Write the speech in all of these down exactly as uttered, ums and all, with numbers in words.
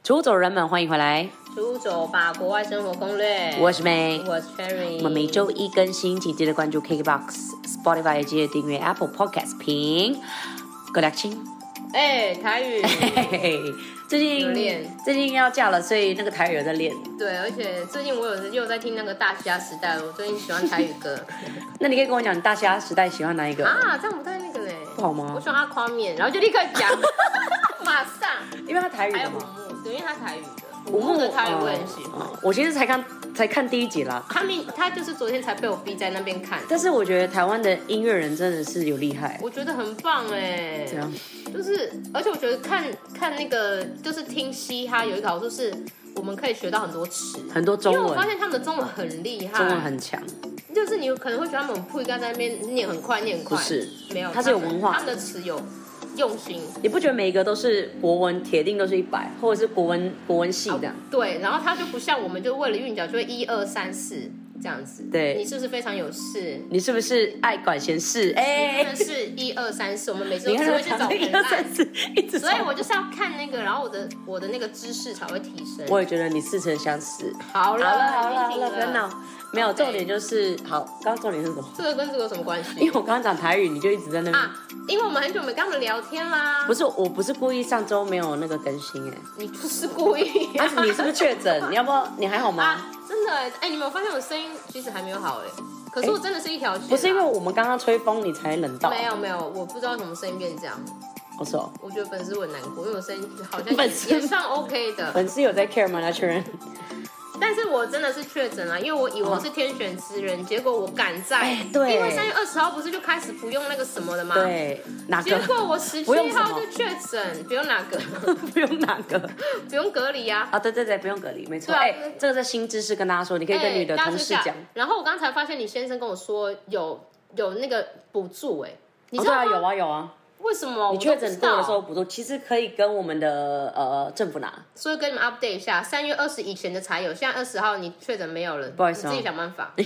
出走人们，欢迎回来！ 出走吧，国外生活攻略。 我是 May， 我是 Cherry。 我们每周一更新，请记得关注 K K B O X、Spotify， 记得订阅 Apple Podcast 评。郭大清， 哎，台语， 嘿嘿嘿，最近最近要嫁了，所以那个台语有在练。 对，而且最近我有又在听那个大虾时代了，我最近喜欢台语歌。 那你可以跟我讲，你大虾时代喜欢哪一个啊？这样不太那个嘞， 不好吗？ 我喜欢阿夸面，然后就立刻讲，马上， 因为他台语的嘛。 还有五木，对，因为他台语的。五木的台语我很喜欢、 嗯嗯，我其实才看才看第一集啦。 他们他就是昨天才被我逼在那边看。 但是我觉得台湾的音乐人真的是有厉害， 我觉得很棒哎。 这样， 就是而且我觉得看看那个就是听嘻哈有一个好处是，我们可以学到很多词， 很多中文。 因为我发现他们的中文很厉害， 中文很强。 就是你可能会觉得他们不应该在那边念很快念很快， 不是， 没有， 他是有文化， 他们的词有用心。 你不觉得每一个都是国文，铁定都是一百，或者是国文国文系这样、哦？ 对，然后他就不像我们，就为了韵脚就会一二三四这样子。 对， 你是不是非常有事？ 你是不是爱管闲事？哎、 欸，真的是一二三四，我们每次都只会去找一二三四，所以我就是要看那个，然后我的我的那个知识才会提升。 我也觉得你似曾相识。 好了好了好了好了，不要闹。没有，重点就是好。刚刚重点是什么？ 这个跟这个有什么关系？ 因为我刚刚讲台语，你就一直在那边啊。因为我们很久没跟他们聊天啦。 不是，我不是故意上周没有那个更新哎。 你不是故意、啊。 但是你是不是确诊？你要不要？你还好吗？ 啊、真的哎、欸，你没有发现我声音其实还没有好哎、欸？可是我真的是一条线、啊欸。 不是因为我们刚刚吹风你才冷到。 没有没有，我不知道怎么声音变这样。 我说、哦， 我觉得粉丝会很难过，因为我声音好像也算 OK 的。 粉丝有在 care 吗？那确认。 但是我真的是确诊了，因为我以为我是天选之人，哦、结果我赶在， 哎、对， 因为三月二十号不是就开始不用那个什么了吗？ 对，哪个？ 结果我十七号就确诊，不用哪个？ 不用哪个？ 不用隔离啊！ 啊，对对对，不用隔离，没错。哎、啊欸，这个是新知识，跟大家说，你可以跟你的同事讲、欸。 然后我刚才发现你先生跟我说有有那个补助，哎，你知道吗？ 哦、对啊，有啊有啊。 为什么你确诊过的时候补助，其实可以跟我们的呃政府拿， 所以跟你们 update 一下，三月二十以前的才有，现在二十号你确诊没有了， 不好意思、哦， 你自己想办法，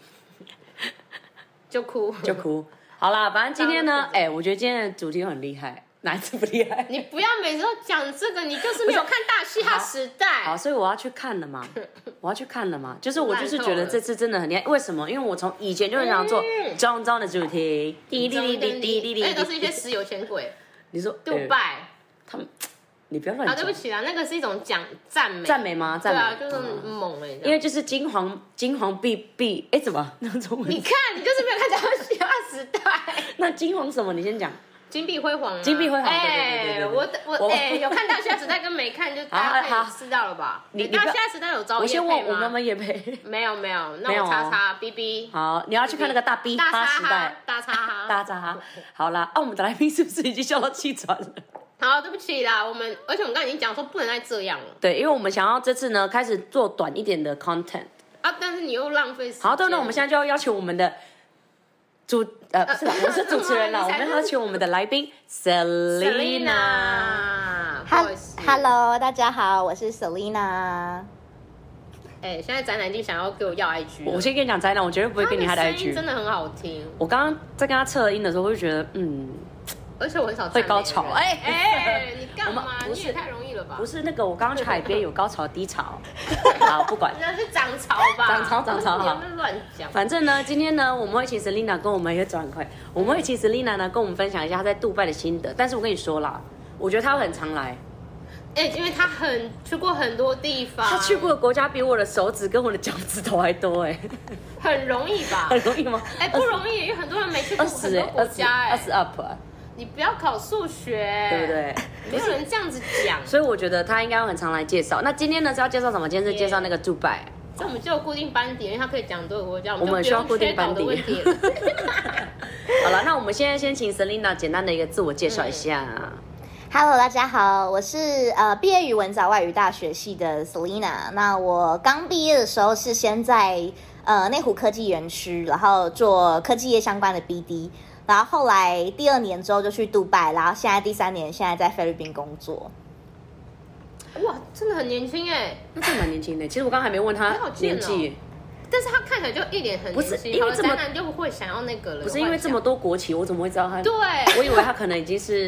就哭就哭。好啦，反正今天呢，哎、欸，我觉得今天的主题很厉害，哪一次不厉害？ 你不要每次都讲这个，你就是没有看大嘻哈时代。 好，所以我要去看了嘛，我要去看了嘛，就是我就是觉得这次真的很厉害，为什么？因为我从以前就很想做中中的主题，滴滴滴滴滴滴滴， 而且都是一些石油钱柜。 你说杜拜、欸， 他们，你不要乱讲。 啊，对不起啦，那个是一种讲赞美。 赞美吗？赞美。 对啊，就是猛哎、欸。 因为就是金黄金黄碧碧，哎，怎么？那中文？ 你看，你就是没有看《嘻哈时代》。 那金黄什么？你先讲。 金碧辉煌、啊。 金碧辉煌。 哎、欸，我我哎、欸，有看到《嘻哈时代》跟没看，就大家可以知道了吧？你那《嘻哈时代》有招业配吗？ 我先问我们们也配。 没有没有，那我叉叉 B B。 好，你要去看那个大 B 哈时代。 大叉哈。 大叉哈。好啦，哦，我们的来宾是不是已经笑到气喘了？ 好，对不起啦，我们而且我们刚才已经讲说不能再这样了。 对，因为我们想要这次呢开始做短一点的 content 啊，但是你又浪费时间。 好，对，那我们现在就要邀请我们的主呃不是啦，我是主持人啦，我们要邀请我们的来宾 Selina。 Hello， 大家好，我是 Selina。 哎、欸，现在宅男已经想要给我要 I G 了。 我先跟你讲，宅男我绝对不会给你他的 I G， 真的很好听。 我刚刚在跟他测音的时候，我就觉得嗯。 而且我很少会高潮， 哎哎，你干嘛？你也太容易了吧？ 不是那个，我刚刚去海边有高潮低潮，好不管， 那是涨潮吧？ 涨潮涨潮好， 乱讲。 反正呢，今天呢，我们会请 Selina 跟我们也转很快，我们会请 Selina 呢跟我们分享一下她在杜拜的心得。但是我跟你说啦，我觉得她会很常来， 哎、欸，因为她很去过很多地方， 她去过的国家比我的手指跟我的脚趾头还多哎、欸， 很容易吧？ 很容易吗？ 哎、欸，不容易，因为很多人没去过很多国家哎、欸， 二十 up 啊。 你不要考数学， 对不对？ 没有人这样子讲， 所以我觉得他应该会很常来介绍。那今天呢是要介绍什么？今天是介绍那个杜拜。 所以我们就有固定班底，因为他可以讲多个国家，我们需要固定班底。好了，那我们现在先请 Selina 简单的一个自我介绍一下。嗯、 Hello， 大家好，我是呃毕业于文藻外语大学系的 Selina。那我刚毕业的时候是先在呃内湖科技园区，然后做科技业相关的 B D。然后后来第二年之后就去杜拜，然后现在第三年现在在菲律宾工作。 哇，真的很年轻哎， 那真的蛮年轻的。其实我刚刚还没问他年纪、 哦，但是他看起来就一脸很年轻。 不是因为这么就不会想要那个了。 不是因为这么多国旗，我怎么会知道他？ 对， 我以为他可能已经是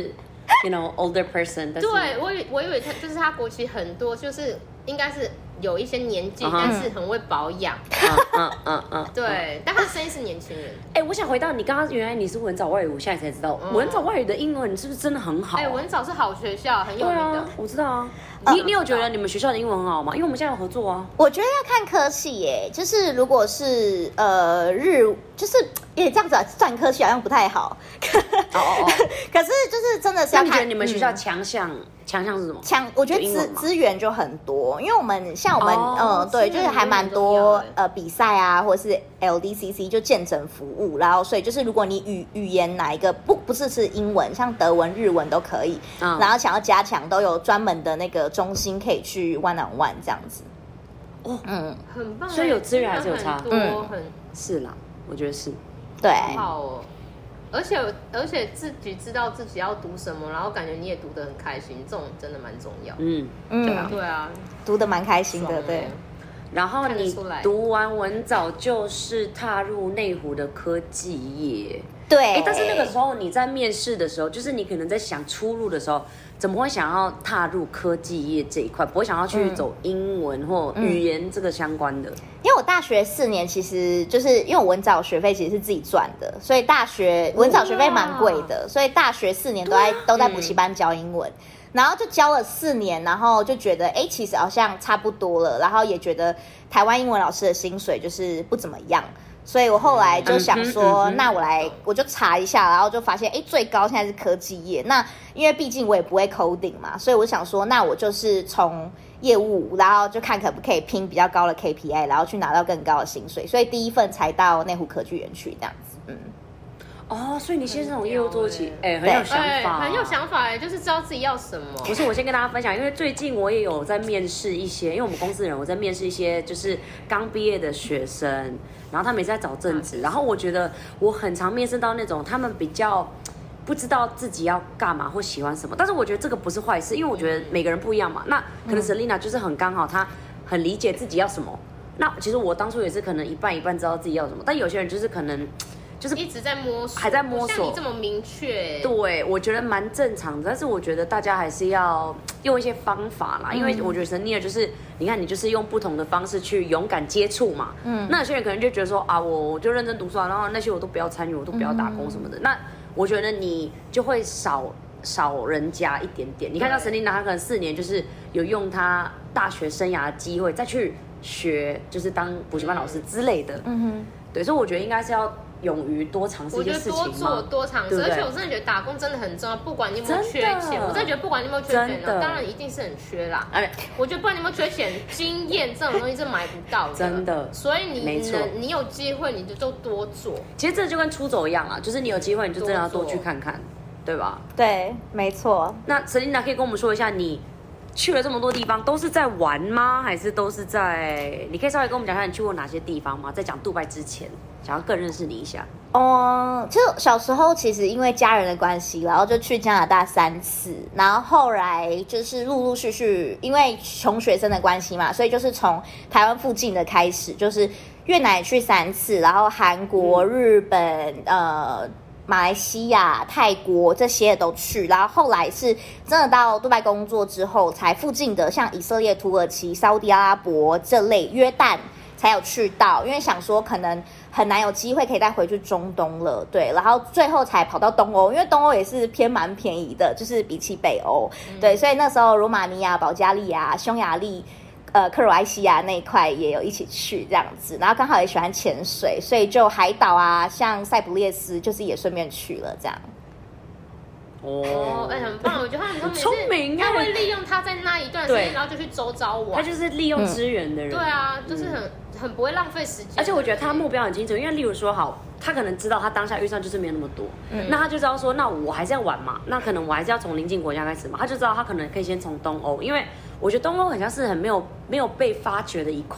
you know older person， 但是对我以我以为他就是他国旗很多，就是应该是有一些年纪， uh-huh. 但是很会保养。 嗯嗯嗯嗯， 对，但他的声音是年轻人。 哎、欸，我想回到你刚刚，原来你是文藻外语，我现在才知道，嗯、文藻外语的英文是不是真的很好、啊？ 哎、欸，文藻是好学校，很有名的。 对啊，我知道啊。你你有觉得你们学校的英文很好吗？因为我们现在有合作啊。 我觉得要看科系耶，就是如果是呃日，就是也这样子啊，算科系好像不太好。 哦哦哦。 可是就是真的是要看。 你觉得你们学校强项？嗯强项是什么？ 强，我觉得资资源就很多，因为我们像我们，嗯、 哦呃，对，就是还蛮多呃比赛啊，或者是 L D C C 就见证服务，然后所以就是如果你语语言哪一个不不是是英文，像德文、日文都可以，嗯、然后想要加强，都有专门的那个中心可以去 one on one 这样子。 哦， 嗯，很棒， 所以有资源还是有差， 嗯，很是啦，我觉得是， 对， 好哦。而且而且自己知道自己要读什么，然后感觉你也读得很开心，这种真的蛮重要。 嗯嗯， 对啊，对啊， 读得蛮开心的，对。 然后你读完文藻就是踏入内湖的科技业， 对。 哎，但是那个时候你在面试的时候，就是你可能在想出路的时候，怎么会想要踏入科技业这一块？不会想要去走英文或语言这个相关的？嗯嗯、 因为我大学四年其实就是因为我文藻学费其实是自己赚的，所以大学文藻学费蛮贵的，所以大学四年都在、啊、都在补习班教英文。嗯，然后就教了四年，然后就觉得哎，其实好像差不多了，然后也觉得台湾英文老师的薪水就是不怎么样，所以我后来就想说，嗯嗯、那我来我就查一下，然后就发现哎，最高现在是科技业。那因为毕竟我也不会 coding 嘛，所以我想说，那我就是从业务，然后就看可不可以拼比较高的 K P I， 然后去拿到更高的薪水。所以第一份才到内湖科技园区这样子，嗯。 哦，所以你先从业务做起，哎、欸，很有想法、 欸，很有想法哎，就是知道自己要什么。 不是，我先跟大家分享，因为最近我也有在面试一些，因为我们公司的人，我在面试一些就是刚毕业的学生，然后他们也在找正职，然后我觉得我很常面试到那种他们比较不知道自己要干嘛或喜欢什么，但是我觉得这个不是坏事，因为我觉得每个人不一样嘛。那可能 Selina 就是很刚好，她很理解自己要什么。那其实我当初也是可能一半一半知道自己要什么，但有些人就是可能。就是一直在摸索， 还在摸索， 像你这么明确， 对，我觉得蛮正常的。但是我觉得大家还是要用一些方法啦，嗯、因为我觉得Selina就是你看，你就是用不同的方式去勇敢接触嘛。嗯，那有些人可能就觉得说啊，我我就认真读书啊，然后那些我都不要参与，我都不要打工什么的。嗯、那我觉得你就会少少人家一点点。你看到Selina，她可能四年就是有用她大学生涯的机会再去学，就是当补习班老师之类的。嗯哼，对，所以我觉得应该是要。勇于多尝试一些事情嘛， 我觉得多做多尝试，而且我真的觉得打工真的很重要。不管你有没有缺钱，我真的觉得不管你有没有缺钱呢，当然一定是很缺啦。哎，我觉得不管你有没有缺钱，经验这种东西是买不到的， 真的。 所以你能，你有机会你就就多做。 其实这就跟出走一样啊，就是你有机会你就真的要多去看看，对吧？ 对，没错。 那Selina可以跟我们说一下你。去了这么多地方，都是在玩吗？还是都是在？你可以稍微跟我们讲一下你去过哪些地方吗？在讲杜拜之前，想要更认识你一下。 嗯，就小时候其实因为家人的关系，然后就去加拿大三次，然后后来就是陆陆续续，因为穷学生的关系嘛，所以就是从台湾附近的开始，就是越南也去三次，然后韩国、嗯、日本，呃。马来西亚、泰国这些都去，然后后来是真的到杜拜工作之后，才附近的像以色列、土耳其、沙特阿拉伯这类，约旦才有去到，因为想说可能很难有机会可以再回去中东了，对，然后最后才跑到东欧，因为东欧也是偏蛮便宜的，就是比起北欧，嗯、对，所以那时候罗马尼亚、保加利亚、匈牙利。呃，克罗埃西亚那一块也有一起去这样子，然后刚好也喜欢潜水，所以就海岛啊，像塞浦列斯，就是也顺便去了这样。 哦，哎、欸，很棒！我觉得他很聪明， 他会利用他在那一段时间，然后就去周遭玩。 他就是利用资源的人。 嗯、对啊，就是很、嗯、很不会浪费时间。 而且我觉得他目标很清楚，因为例如说，好，他可能知道他当下预算就是没有那么多，嗯、那他就知道说，那我还是要玩嘛，那可能我还是要从邻近国家开始嘛，他就知道他可能可以先从东欧，因为我觉得东欧很像是很没有没有被发掘的一块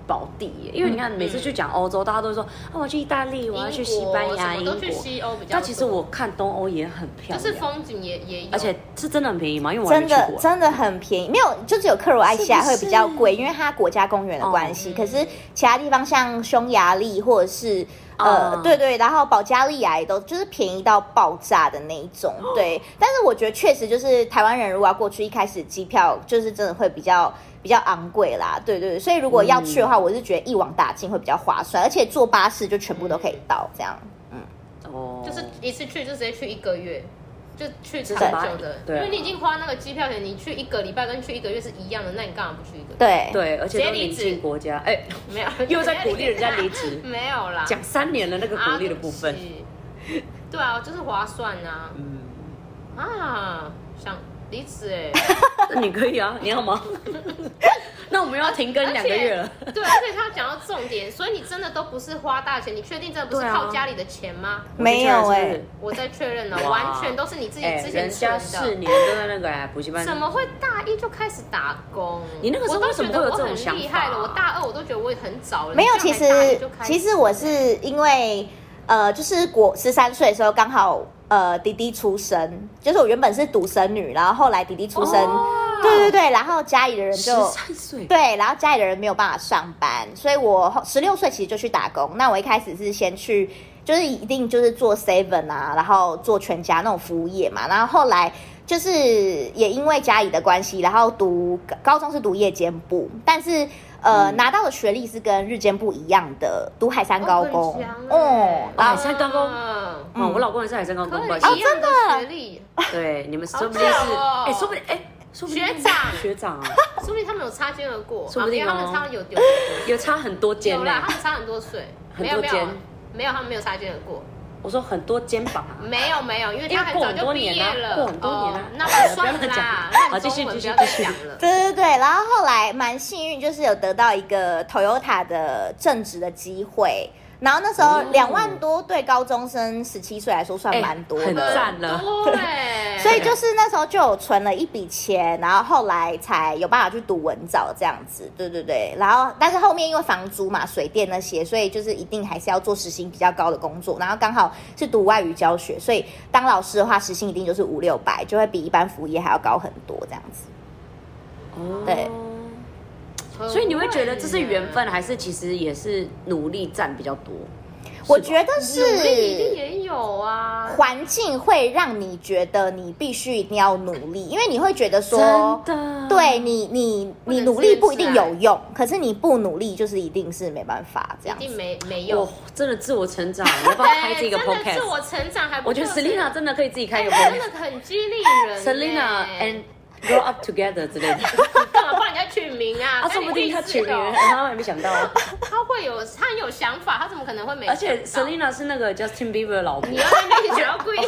宝地耶，因为你看每次去讲欧洲，大家都说啊我要去意大利，我要去西班牙、英国， 都去西欧比较。 但其实我看东欧也很漂亮， 就是风景也也有， 而且是真的很便宜吗？因为我还没真去过的真的很便宜，没有就只有克罗埃西亚会比较贵，因为它国家公园的关系。可是其他地方像匈牙利或者是。呃，对对，然后保加利亚也都就是便宜到爆炸的那一种，对。但是我觉得确实就是台湾人如果要过去，一开始机票就是真的会比较比较昂贵啦，对对。所以如果要去的话，我是觉得一网打尽会比较划算，而且坐巴士就全部都可以到，这样，嗯。 哦。 就是一次去就直接去一个月。就去长久的， 对， 因为你已经花那个机票钱，你去一个礼拜跟去一个月是一样的，那你干嘛不去一个月？ 对对，而且都邻近国家，哎， 没有， 又在鼓励人家离职， 没有啦， 讲三年了那个鼓励的部分， 对啊，就是划算啊，嗯，啊，想离职哎， 你可以啊，你要吗？那我们又要停更两个月了。 对，而且他讲到重点，所以你真的都不是花大钱，你确定真的不是靠家里的钱吗？ 没有哎， 我在确认了，完全都是你自己之前存的。人家四年都在那个补习班， 怎么会大一就开始打工？ 你那个时候为什么会有这种想法？ 我都觉得我很厉害了，我大二我都觉得我很早了。 没有，其实其实我是因为呃，就是国十三岁的时候刚好呃弟弟出生，就是我原本是独生女，然后后来弟弟出生。哦对对对，然后家里的人就十三岁， 对，然后家里的人没有办法上班，所以我十六岁其实就去打工。那我一开始是先去，就是一定就是做 seven 啊，然后做全家那种服务业嘛。然后后来就是也因为家里的关系，然后读高中是读夜间部，但是呃、嗯、拿到的学历是跟日间部一样的，读海山高工。 哦，海山高工，嗯，我老公也是海山高工， 哦， 真的学历， 对，你们说不定是，哎，说不定哎。 学长， 学长啊， 说不定他们有擦肩而过， 说不定他们差有有有差很多肩， 有啦，他们差很多岁， 很多肩， 没有，他们没有擦肩而过。 我说很多肩膀， 没有没有，因为他很早就毕业了， 过很多年了， 那不算啦， 好，继续继续继续讲了。 对对对，然后后来蛮幸运，就是有得到一个 Toyota 的正职的机会。然后那时候两万多对高中生十七岁来说算蛮多的， 很赞了。 对， 所以就是那时候就有存了一笔钱，然后后来才有办法去读文藻这样子。对对对，然后但是后面因为房租嘛、水电那些，所以就是一定还是要做时薪比较高的工作。然后刚好是读外语教学，所以当老师的话时薪一定就是五六百，就会比一般服务业还要高很多这样子。 哦， 对。 所以你会觉得这是缘分，还是其实也是努力占比较多？ 我觉得是努力一定也有啊， 环境会让你觉得你必须一定要努力，因为你会觉得说， 真的， 对你你你努力不一定有用，可是你不努力就是一定是没办法这样子， 一定没没用。 真的自我成长，我要不要开这个 podcast？ 真的自我成长还不， 我觉得 Selina 真的可以自己开一个 podcast， 真的很激励人。 Selina and grow up together 之类的。 干嘛帮人家取名啊？ 啊，说不定他取名，他还没想到。 他会有，他很有想法，他怎么可能会没？ 而且 Selina 是那个 Justin Bieber 的老婆。 你要在那边想要故意？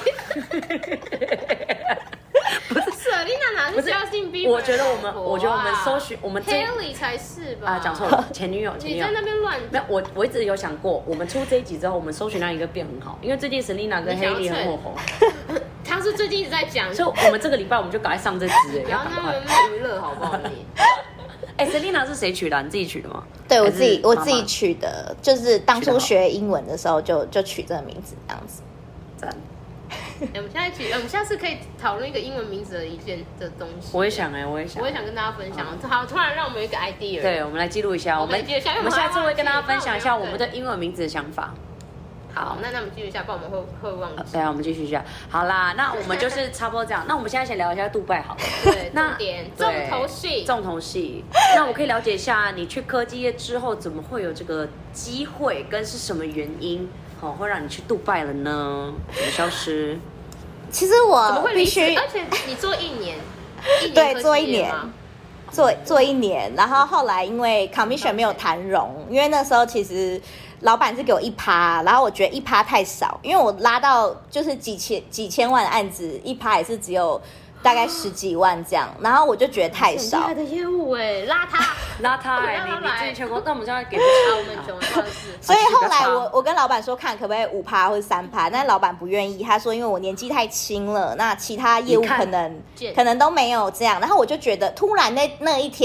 不是 Selina 哪是 Justin Bieber？ 我觉得我们，我觉得我们搜寻我们 Haley 才是吧？ 啊，讲错了，前女友，前女友。 你在那边乱？ 没有，我我一直有想过，我们出这一集之后，我们搜寻量应该变很好，因为最近 Selina 跟 Haley 很火红。 他是最近一直在讲， 所以我们这个礼拜我们就赶快上这支，哎， 不要那么娱乐好不好你？ 哎 ，Selina 是谁取的？你自己取的吗？ 对我自己，我自己取的，就是当初学英文的时候就就取这个名字，这样子。 赞。 我们现在取，我们下次可以讨论一个英文名字的一件的东西。 我也想哎，我也想， 我也想跟大家分享。好，突然让我们有一个 idea。 对，我们来记录一下，我们我们下次会跟大家分享一下我们的英文名字的想法。 好，那那我们继续一下，不然我们会会忘记。 对啊，我们继续一下。好啦，那我们就是差不多这样。那我们现在先聊一下杜拜好了。 对，重点重头戏， 重头戏。那我可以了解一下，你去科技业之后，怎么会有这个机会，跟是什么原因，好、哦、会让你去杜拜了呢？怎么消失？ 其实我必须， 而且你做一年，一年对，做一年。做做一年，然后后来因为 commission 没有谈拢，因为那时候其实老板是给我一趴，然后我觉得一趴太少，因为我拉到就是几千几千万的案子，一趴也是只有大概十几万这样，然后我就觉得太少。 很厉害的业务哎，拉他拉他哎，你你自己全国，那我们现在给不起啊，我们穷算是。 所以后来我我跟老板说看可不可以五趴或者三趴，但老板不愿意，他说因为我年纪太轻了，那其他业务可能可能都没有这样，然后我就觉得突然那那一天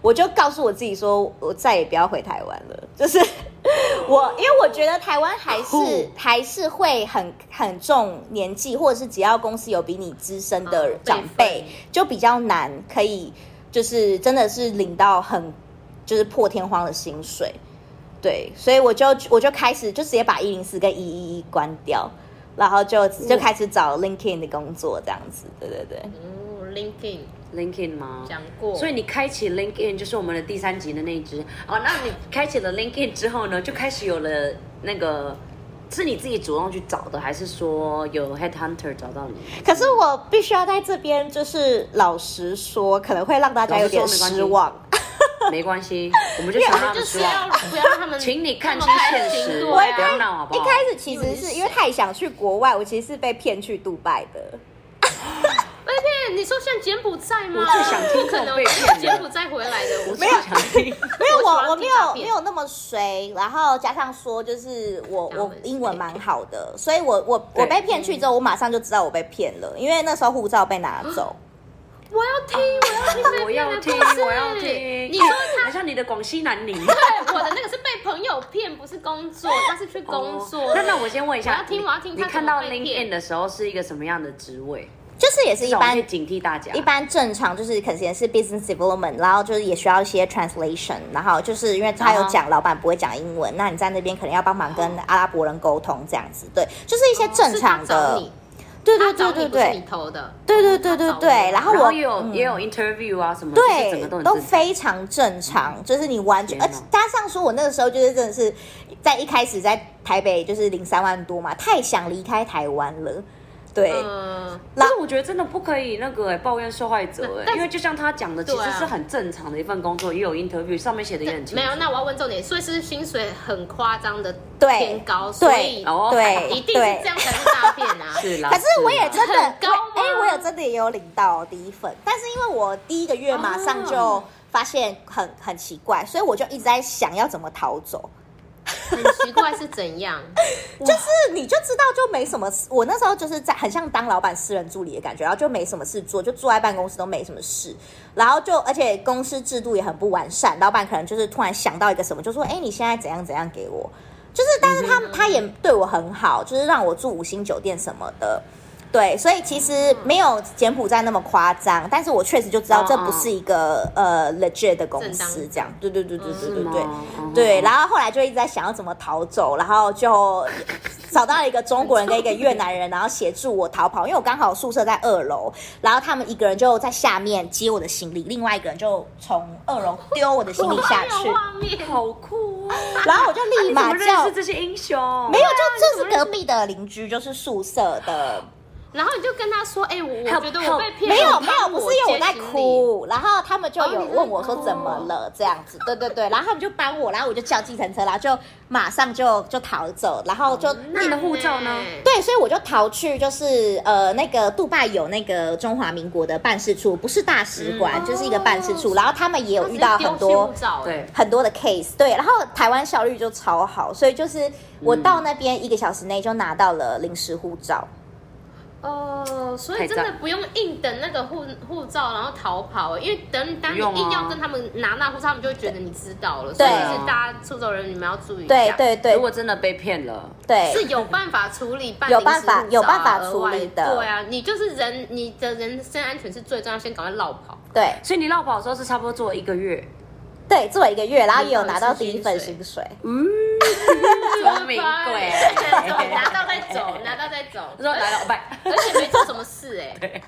我就告诉我自己说，我再也不要回台湾了。就是我，因为我觉得台湾还是还是会很很重年纪，或者是只要公司有比你资深的长辈，就比较难可以就是真的是领到很就是破天荒的薪水。对，所以我就我就开始就直接把一零四跟一一一关掉，然后就就开始找 LinkedIn 的工作这样子。对对对。 哦 ，LinkedIn。 LinkedIn 吗？ 讲过， 所以你开启 LinkedIn 就是我们的第三集的那一支哦。那你开启了 LinkedIn 之后呢，就开始有了那个，是你自己主动去找的，还是说有 Headhunter 找到你？ 可是我必须要在这边就是老实说，可能会让大家有点失望。 没关系，我们就想让就是要不要让他们， 请你看清现实，不要闹好不好？ 一开始其实是因为太想去国外，我其实是被骗去杜拜的。 被骗？你说像柬埔寨吗？ 我最想听可能被骗柬埔寨回来的，我没有想听。 没有我我没有没有那么衰，然后加上说就是我我英文蛮好的，所以我我我被骗去之后，我马上就知道我被骗了，因为那时候护照被拿走。 我要听，我要听， 我要听，我要听。 你说他好像你的广西南宁。 对，我的那个是被朋友骗，不是工作，他是去工作。 哦、那那我先问一下， 我要听，我要听。 你看到 LinkedIn 的时候是一个什么样的职位？ 就是也是一般警惕大家， 一般正常就是可能是 business development， 然后就是也需要一些 translation， 然后就是因为他有讲老板不会讲英文， uh-huh. 那你在那边可能要帮忙跟阿拉伯人沟通这样子，对，就是一些正常的。 哦对对对对对， 你投的， 对对对对对，然后我也有、嗯、也有 interview 啊什么， 对， 整个 都, 都非常正常，嗯、就是你完全，而加上说我那个时候就是真的是在一开始在台北就是领三万多嘛，太想离开台湾了。对， 嗯，但是我觉得真的不可以那个、欸、抱怨受害者、欸，因为就像他讲的，其实是很正常的一份工作，也有 interview， 上面写的也很清楚。 没有，那我要问重点，所以是薪水很夸张的偏高， 对所以对， 一定是这样才是诈骗啊。 是啦， 可是我也真的很高吗？ 哎、欸，我有真的也有领到第一份，但是因为我第一个月马上就发现很很奇怪，所以我就一直在想要怎么逃走。 很奇怪是怎样？ 就是你就知道就没什么事，我那时候就是在很像当老板私人助理的感觉，然后就没什么事做，就坐在办公室都没什么事，然后就而且公司制度也很不完善，老板可能就是突然想到一个什么，就说哎、欸、你现在怎样怎样给我，就是但是他、嗯、他也对我很好，就是让我住五星酒店什么的。对，所以其实没有柬埔寨那么夸张，但是我确实就知道这不是一个、哦、呃 legit 的公司，这样，对对对对对对对、嗯、对。然后后来就一直在想要怎么逃走，然后就找到了一个中国人跟一个越南人，然后协助我逃跑，因为我刚好宿舍在二楼，然后他们一个人就在下面接我的行李，另外一个人就从二楼丢我的行李下去， 好酷哦！ 然后我就立马叫、 啊、认识这些英雄， 没有，就就是隔壁的邻居，就是宿舍的。 然后你就跟他说：“哎、欸，我我觉得我被骗。” 没有没有，不是因为我在哭，然后他们就有问我说怎么了这样子，对对对，然后他们就帮我，然后我就叫计程车，然后就马上就就逃走，然后就、哦、 那你的护照呢？ 对，所以我就逃去，就是呃那个杜拜有那个中华民国的办事处，不是大使馆，嗯、就是一个办事处，然后他们也有遇到很多对很多的 case， 对，然后台湾效率就超好，所以就是我到那边一个小时内就拿到了临时护照。 哦、呃，所以真的不用硬等那个护护照，然后逃跑，因为等当你硬要跟他们拿那护照，他们就会觉得你知道了。所以其实大家出走人你们要注意一下。 对对对， 如果真的被骗了， 对， 是有办法处理办有办法有办法处理的。 对啊，你就是人，你的人身安全是最重要，先赶快绕跑。 对， 所以你绕跑的时候是差不多做了一个月。 对，做了一个月，然后也有拿到第一份薪水。 嗯，聪明鬼， 拿到再走，拿到再走。 说拿到拜， 而且没做什么事哎、欸。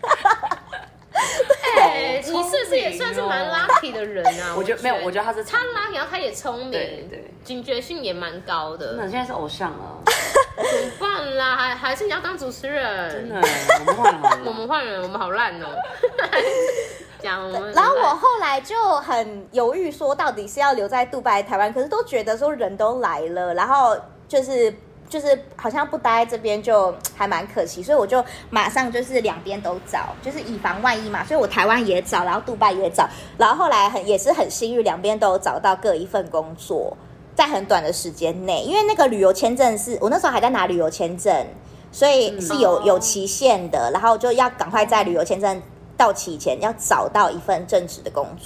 哎，你是不是也算是蛮 lucky 的人啊？ 我觉得没有，我觉得他是他 lucky， 然后他也聪明， 对对， 警觉性也蛮高的。 真的，现在是偶像了， 怎么办啦？还还是你要当主持人？ 真的，我们换人， 我们换人，我们好烂哦。然后我后来就很犹豫，说到底是要留在杜拜、台湾，可是都觉得说人都来了，然后就是就是好像不待在这边就还蛮可惜，所以我就马上就是两边都找，就是以防万一嘛。所以我台湾也找，然后杜拜也找，然后后来很也是很幸运，两边都有找到各一份工作，在很短的时间内，因为那个旅游签证是我那时候还在拿旅游签证，所以是有有期限的，然后就要赶快在旅游签证到期前要找到一份正职的工作。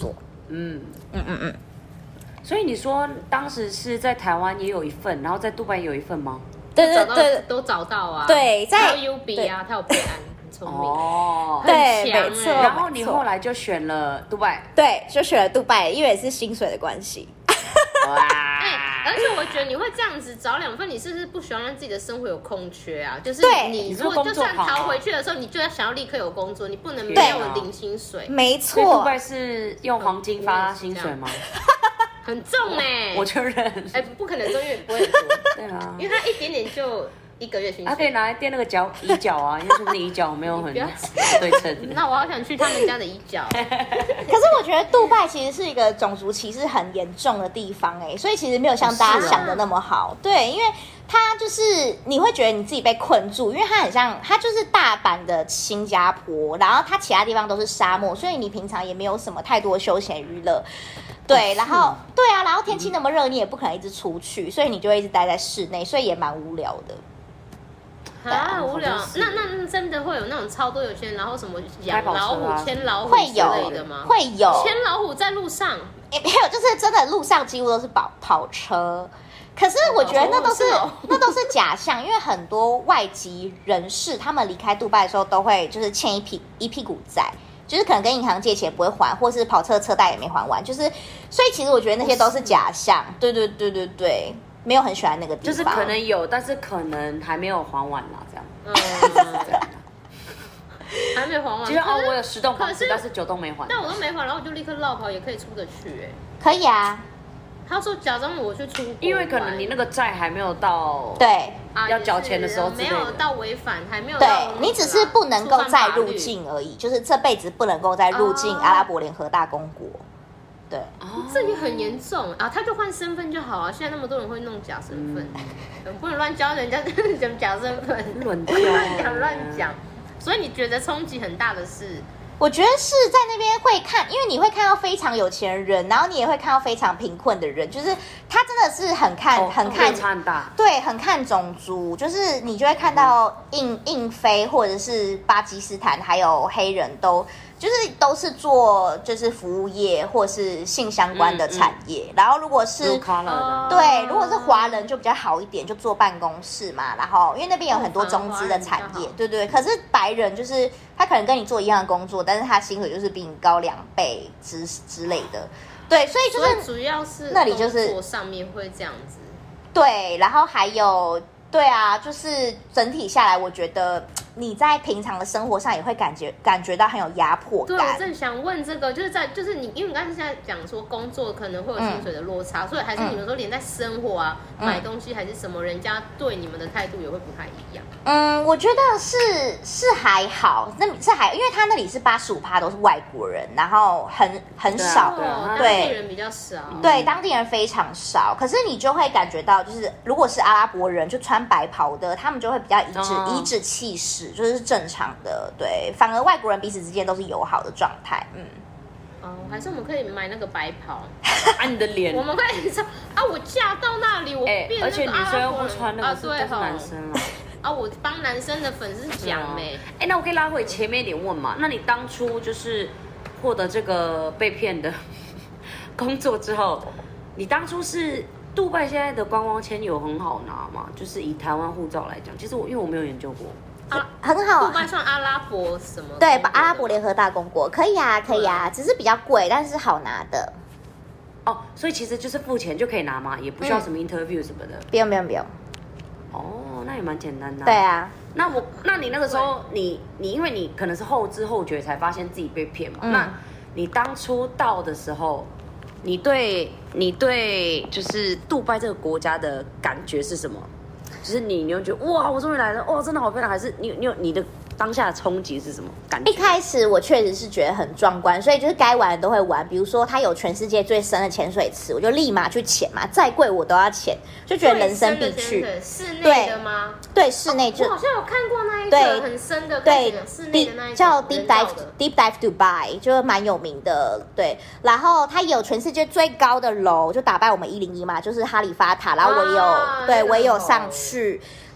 嗯嗯嗯嗯。 所以你说当时是在台湾也有一份，然后在杜拜也有一份吗？ 对对对， 都找到啊。 对，在 U B 啊，他有备案，很聪明。 哦，对，没错。 然后你后来就选了杜拜。 对，就选了杜拜，因为也是薪水的关系。 哇！ 哎，而且我觉得你会这样子找两份，你是不是不喜欢让自己的生活有空缺啊？就是你如果就算逃回去的时候，你就要想要立刻有工作，你不能没有领薪水。 没错。 杜拜是用黄金发薪水吗？ 很重哎， 我就认。 哎，不可能重，因为不会很多。 对啊， 因为它一点点就一个月薪水。 它可以拿来垫那个脚椅脚啊，因为说不定椅脚没有很对称。 那我好想去他们家的椅脚。 可是我觉得杜拜其实是一个种族歧视很严重的地方哎，所以其实没有像大家想的那么好。对，因为它就是你会觉得你自己被困住，因为它很像，它就是大阪的新加坡，然后它其他地方都是沙漠，所以你平常也没有什么太多休闲娱乐。对，然后对啊，然后天气那么热，你也不可能一直出去，所以你就会一直待在室内，所以也蛮无聊的。 啊，无聊。那那真的会有那种超多有钱人，然后什么养老虎、牵老虎之类的吗？ 会有牵老虎在路上， 也没有，就是真的路上几乎都是跑跑车。可是我觉得那都是、哦、那都是假象，因为很多外籍人士他们离开杜拜的时候都会就是欠一屁一屁股债。就是可能跟银行借钱不会还，或是跑车车贷也没还完，就是所以其实我觉得那些都是假象。对对对对对，没有很喜欢那个地方。 就是可能有，但是可能还没有还完啦，这样。 嗯，还没还完。 就是哦，我有十栋房子，但是九栋没还。 但我都没还，然后我就立刻绕跑，也可以出得去哎。 可以啊。 他说假装我去出国， 因为可能你那个债还没有到对要缴钱的时候之类的， 没有到违反，还没有对你只是不能够再入境而已，就是这辈子不能够再入境阿拉伯联合大公国。对， 这也很严重啊！他就换身份就好啊！现在那么多人会弄假身份，嗯、不能乱教人家讲假身份， 乱讲乱讲。所以你觉得冲击很大的是？ 我觉得是在那边会看，因为你会看到非常有钱的人，然后你也会看到非常贫困的人，就是他真的是很看、哦、很看差很大， 对，很看种族，就是你就会看到印印非或者是巴基斯坦还有黑人都。就是都是做就是服务业或是性相关的产业，嗯嗯、然后如果是对，如果是华人就比较好一点，就坐办公室嘛。然后因为那边有很多中资的产业，对对。可是白人就是他可能跟你做一样的工作，但是他薪水就是比你高两倍之之类的。对，所以就是主要是那里就是工作上面会这样子。 对，然后还有对啊，就是整体下来，我觉得。你在平常的生活上也会感觉感觉到很有压迫感。 对，我正想问这个，就是在就是你，因为你刚才现在讲说工作可能会有薪水的落差，嗯、所以还是你们说连在生活啊、嗯、买东西还是什么，人家对你们的态度也会不太一样。 嗯，我觉得是是还好，那是还因为他那里是八十五趴都是外国人，然后很很少， 对、哦，当地人比较少， 对，当地人非常少。可是你就会感觉到，就是如果是阿拉伯人，就穿白袍的，他们就会比较颐指颐指气使。就是正常的，对，反而外国人彼此之间都是友好的状态，嗯。 哦，还是我们可以买那个白袍， 按你的脸。 我们可以说啊，我嫁到那里，我变那个阿拉伯人， 而且女生又不穿那个， 啊，对哈， 男生啊。 啊，我帮男生的粉丝讲没？ 哎，那我可以拉回前面一点问嘛？那你当初就是获得这个被骗的工作之后，你当初是？杜拜现在的观光签有很好拿吗？就是以台湾护照来讲，其实我因为我没有研究过， 啊，很好。 杜拜算阿拉伯什么？ 对，阿拉伯联合大公国可以啊，可以啊，只是比较贵，但是好拿的。 哦，所以其实就是付钱就可以拿嘛，也不需要什么 interview 什么的。 不用不用不用。 哦，那也蛮简单的。 对啊。 那我，那你那个时候，你你因为你可能是后知后觉才发现自己被骗嘛？嗯、那你当初到的时候。你对你对就是杜拜这个国家的感觉是什么？就是你你有觉得哇，我终于来了，哇，真的好漂亮，还是你你有你的当下的冲击是什么感觉？ 一开始我确实是觉得很壮观，所以就是该玩的都会玩。比如说它有全世界最深的潜水池，我就立马去潜嘛，再贵我都要潜，就觉得人生必去。 室内的吗？ 对，室内就、 哦、我好像有看过那一个很深的，对，室内的那一个叫 Deep Dive Deep Dive Dubai， 就是蛮有名的。对，然后它有全世界最高的楼，就打败我们一零一嘛，就是哈利法塔，然后我也有、啊、对我也有上去。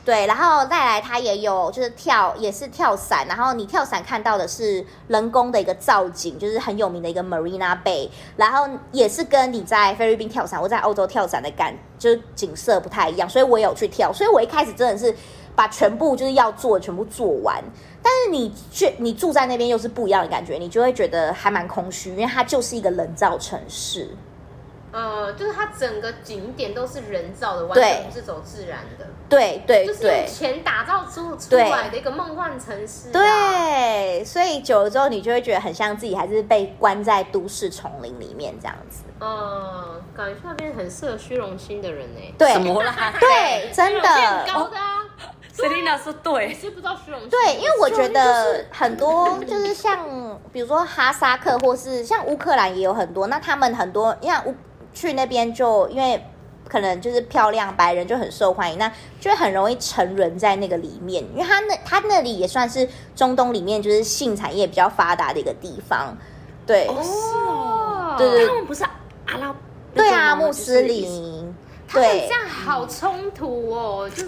对，然后再来它也有就是跳，也是跳伞，然后你跳伞看到的是人工的一个造景，就是很有名的一个 Marina Bay， 然后也是跟你在菲律宾跳伞或在欧洲跳伞的感，就是景色不太一样，所以我也有去跳，所以我一开始真的是把全部就是要做的全部做完，但是你去你住在那边又是不一样的感觉，你就会觉得还蛮空虚，因为它就是一个人造城市。 呃，就是它整个景点都是人造的，完全不是走自然的。 对对对， 就是用钱打造出出来的一个梦幻城市、啊。 对，所以久了之后，你就会觉得很像自己还是被关在都市丛林里面这样子。 嗯，感觉那边很适合虚荣心的人呢、欸。 对， 什么啦？ 对，真的。 很高的啊。 Selina 说对， 你是不知道虚荣心。 对，因为我觉得很多就是像，比如说哈萨克，或是像乌克兰也有很多，那他们很多，因为乌去那边就因为可能就是漂亮白人就很受欢迎，那就会很容易沉沦在那个里面，因为他那他那里也算是中东里面就是性产业比较发达的一个地方。对， 哦，是哦， 对对， 他们不是阿拉， 对啊，穆斯林。 对，这样好冲突哦，就是。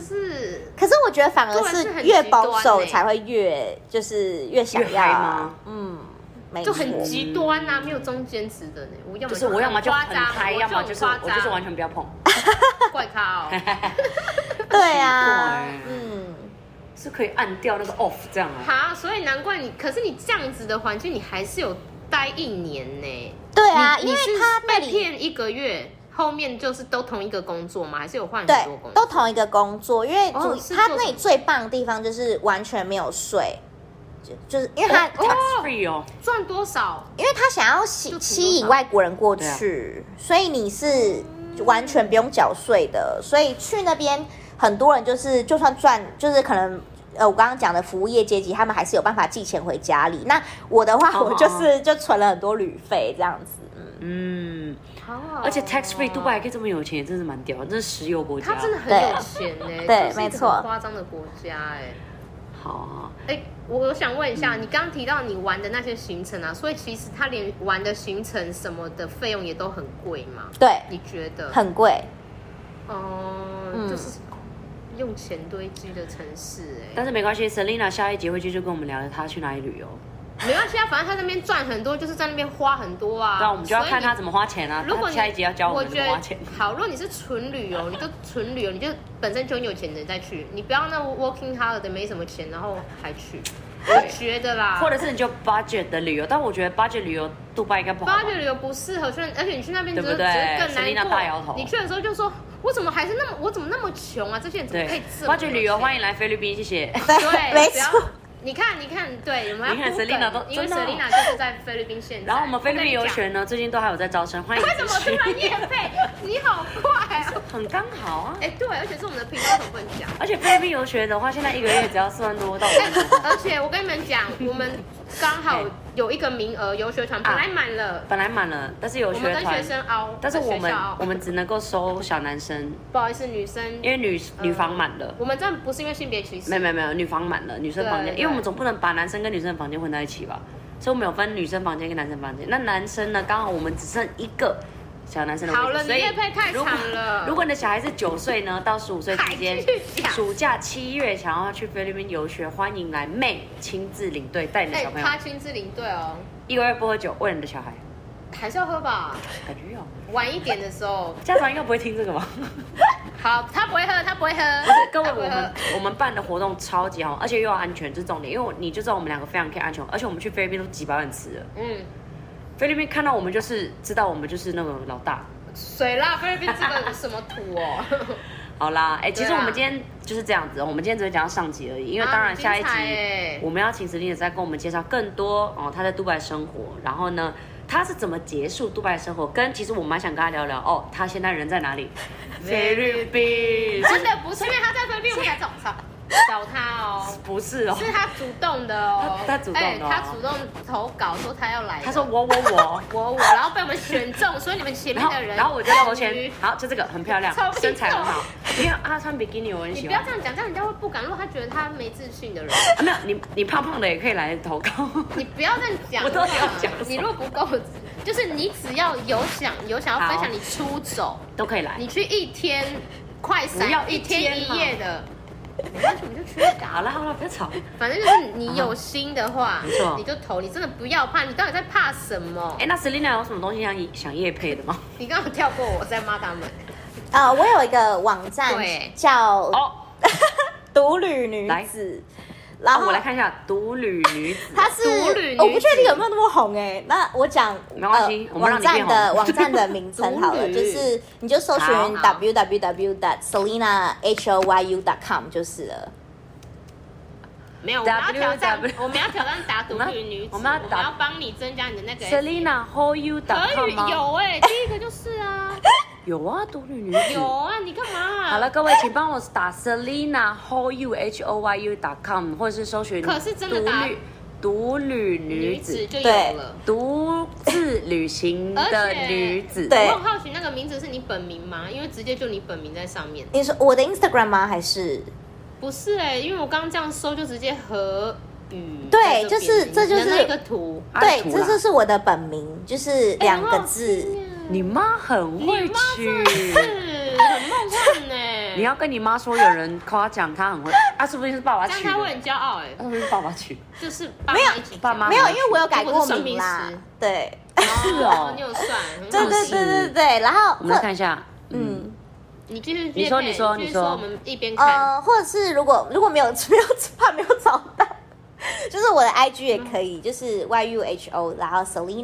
可是我觉得反而是越保守才会越就是越想要吗？ 嗯， 就很极端啊，没有中间值的呢。我要么就是我要么就很嗨，要么就是我就是完全不要碰。 怪咖哦。 对啊，嗯， 是可以按掉那个 off 这样啊。 好，所以难怪你，可是你这样子的环境，你还是有待一年呢。 对啊，因为他被骗一个月。后面就是都同一个工作吗？还是有换很多工作？ 都同一个工作，因为主、哦、他那里最棒的地方就是完全没有税，就就是因为他 tax free 哦， 赚多少？ 因为他想要吸吸引外国人过去，所以你是完全不用缴税的。所以去那边很多人就是就算赚，就是可能呃我刚刚讲的服务业阶级，他们还是有办法寄钱回家里。那我的话，哦、我就是就存了很多旅费这样子。 嗯，好好，而且 tax free 杜拜还可以这么有钱，真是蛮屌的，这是石油国家， 他真的很有钱呢、欸， 对，没错， 夸张的国家哎、欸。 好啊， 哎、欸，我想问一下，嗯、你刚刚提到你玩的那些行程啊，所以其实他连玩的行程什么的费用也都很贵吗？ 对， 你觉得很贵？ 哦、呃嗯，就是用钱堆积的城市哎、欸。 但是没关系 ，Selina 下一集会继续跟我们聊她去哪里旅游。 没关系啊，反正他那边赚很多，就是在那边花很多啊。 对啊，我们就要看他怎么花钱啊。 如果你下一集要教我们怎么花钱。 好，如果你是纯旅游，你就纯旅游，你就本身就很有钱的人再去，你不要那 working hard 的没什么钱，然后还去。我觉得啦， 或者是你就 budget 的旅游，但我觉得 budget 旅游杜拜应该不好。 budget 旅游不适合去，而且你去那边只是对不对？ 更难过。 大摇头。 你去的时候就说，我怎么还是那么，我怎么那么穷啊？这些人怎么可以这么 budget 旅游？欢迎来菲律宾，谢谢。 对，没错。 你看，你看，对，我们要你看 Selina 都因为 Selina 就是在菲律宾现在。 然后我们菲律宾游学呢，最近都还有在招生，欢迎为什么突然业配？你好快啊！ 很刚好啊。 哎，对，而且是我们的频道怎么不能讲？ 而且菲律宾游学的话，现在一个月只要四万多到五万多。 而且我跟你们讲，我们刚好有一个名额游学团，本来满了， 本来满了，但是游学团， 我们跟学生凹， 但是我们我们只能够收小男生。 不好意思，女生， 因为女女房满了。 我们这不是因为性别歧视， 没有没有没有，女房满了，女生房间，因为我们总不能把男生跟女生的房间混在一起吧，所以我们有分女生房间跟男生房间。那男生呢，刚好我们只剩一个小男生的位置。 好了，你业配太长了。 如果你的小孩是九岁呢到十五岁之间，暑假七月想要去菲律宾游学，欢迎来妹亲自领队带你的小朋友。 他亲自领队哦， 一个月不喝酒，为了你的小孩。 还是要喝吧， 感觉要晚一点的时候， 家长应该不会听这个吧？ 好，他不会喝，他不会喝。 不是各位，我们我们办的活动超级好，而且又要安全，这是重点。因为你就知道我们两个非常 care 安全，而且我们去菲律宾都几百万次了。嗯，菲律宾看到我们就是知道我们就是那种老大。 水啦，菲律宾这个什么土哦？ 好啦，哎、欸，其实我们今天就是这样子，我们今天只会讲到上集而已，因为当然下一集我们要请Selina再跟我们介绍更多哦，她在杜拜生活，然后呢。他是怎么结束杜拜的生活？跟其实我蛮想跟他聊聊哦，他现在人在哪里？菲律宾。 真的不是因为他在菲律宾，我才找他找他哦。 不是哦， 是他主动的哦。 他, 他主动的、哦欸，他主动投稿说他要来。 他说我我我我我，然后被我们选中，所以你们前面的人， 然后我就投钱。好，就这个很漂亮，身材很好。因为他穿比基尼，我很喜欢。 你不要这样讲，这样人家会不敢。如果他觉得他没自信的人， 啊、没有你你胖胖的也可以来投稿。 你不要这样讲， 我都要讲。 你如果不够。就是你只要有想有想要分享，你出走都可以来。 你去一天快闪， 要一天一夜的， 没关系，我们就缺稿。 好了好了，不要吵。 反正就是你有心的话， 没错， 你就投，你真的不要怕，你到底在怕什么？ 哎，那 Selina 有什么东西想想业配的吗？ 你刚刚跳过我在骂他们。 啊、呃，我有一个网站叫哦， 独旅女子。然后、 哦、我来看一下独旅女子， 它是我不确定有没有那么红哎、欸。那我讲没关系， 呃、网站的网站的名称好了，就是你就搜寻 w w w dot selina hoyu dot com 就是了。 没有，我们要挑战，我们要挑战打独旅女子，我们要我们要帮你增加你的那个 selina hoyu dot com 吗？ 有哎、欸，第一个就是啊。 有啊，独旅女子有啊，你干嘛、啊？ 好了，各位，请帮我打 Selina Hoyu H O Y U dot com， 或者是搜寻可是真的打独旅女子女子就有了， 独自旅行的女子。 对，我很好奇那个名字是你本名吗？因为直接就你本名在上面。 你说我的 Instagram 吗？还是？ 不是哎、欸，因为我刚刚这样搜就直接和语。 对，就是这就是一个图。 对，这就是我的本名，就是两个字。 你妈很会取， 是很梦幻呢。 你要跟你妈说，有人夸奖她很会，啊，是不是是爸爸取的？ 这样她会很骄傲哎。 是不是爸爸取？ 就是爸妈一起爸妈没有，因为我有改过名啦。对， 是哦， 你有算， 对对对对对。然后我们来看一下，嗯， 你继续， 你说你说你说， 我们一边看， 呃，或者是如果如果没有没有怕没有找到，就是我的 I G 也可以，就是 Y U H O， 然后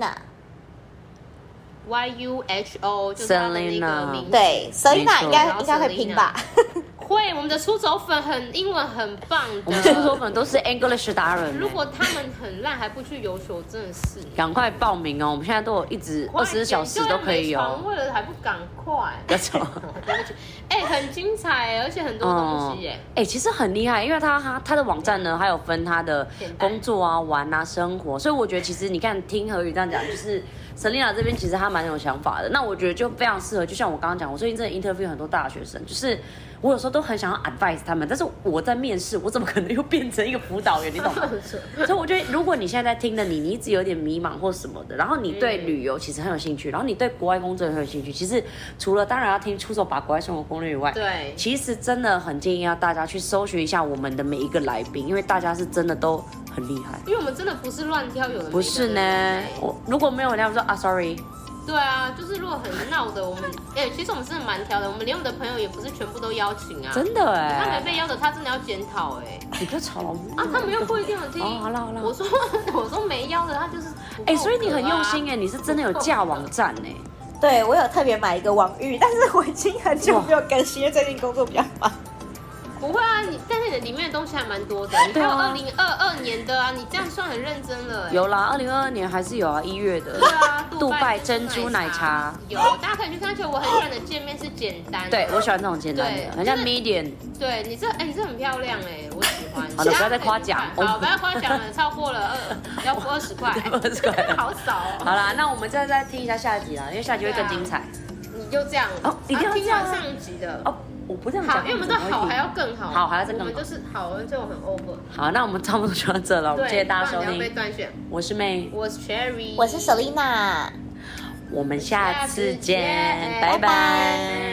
Selina。Y U H O 就是他的那个名字， 对 ，Selina 应该应该会拼吧？ 会，我们的出走粉很英文很棒的， 我们出走粉都是 English 达人。 如果他们很烂还不去游球，真的是赶快报名哦！我们现在都有一直二十四小时都可以哦。 为了还不赶快？ 不要吵， 对不起。哎，很精彩，而且很多东西哎。 哎，其实很厉害，因为他他他的网站呢，还有分他的工作啊、玩啊、生活，所以我觉得其实你看听何宇这样讲，就是。Selina 这边其实她蛮有想法的，那我觉得就非常适合。就像我刚刚讲，我最近真的 interview 很多大学生，就是我有时候都很想要 advise 他们，但是我在面试，我怎么可能又变成一个辅导员？你懂吗？所以我觉得，如果你现在在听的你，你一直有点迷茫或什么的，然后你对旅游其实很有兴趣，然后你对国外工作也很有兴趣，其实除了当然要听出手把国外生活攻略以外， 对， 其实真的很建议要大家去搜寻一下我们的每一个来宾，因为大家是真的都很厉害。 因为我们真的不是乱挑，有的不是呢。我如果没有人家说啊 ，sorry。 对啊，就是如果很闹的，我们哎、欸，其实我们真的蛮挑的。我们连我们的朋友也不是全部都邀请啊。 真的哎、 欸，他没被邀的，他真的要检讨哎。 你不要吵了啊，他们又不一定有听。 哦，好了好了。 我说我说没邀的，他就是哎、欸，所以你很用心哎、欸，你是真的有架网站哎、欸。 对，我有特别买一个网域，但是我已经很久没有更新，因为最近工作比较忙。 不会啊，你但是你里面的东西还蛮多的，你还有二零二二年的啊，你这样算很认真了、欸。 有啦，二零二二年还是有啊，一月的。 对啊， 杜拜珍珠奶茶有，大家可以去看。而且我很喜欢的界面是简单的， 对我喜欢这种简单的，很像 medium。 对你这哎、欸，你这很漂亮哎、欸，我喜欢。 好了，不要再夸奖， 好，不要夸奖了，超过了二，要付二十块， 二十块， 好少哦。 好啦，那我们再再听一下下集啦，因为下集会更精彩。 你就这样哦，一定要听完上集的哦。我不这样讲， 好，因为我们的好还要更好， 好还要再更好。 我们就是好，就很 over。 好，那我们差不多就到这了，我们谢谢大家收听。 被断选， 我是妹， 我是 Cherry， 我是 Selina， 我们下次见，拜拜。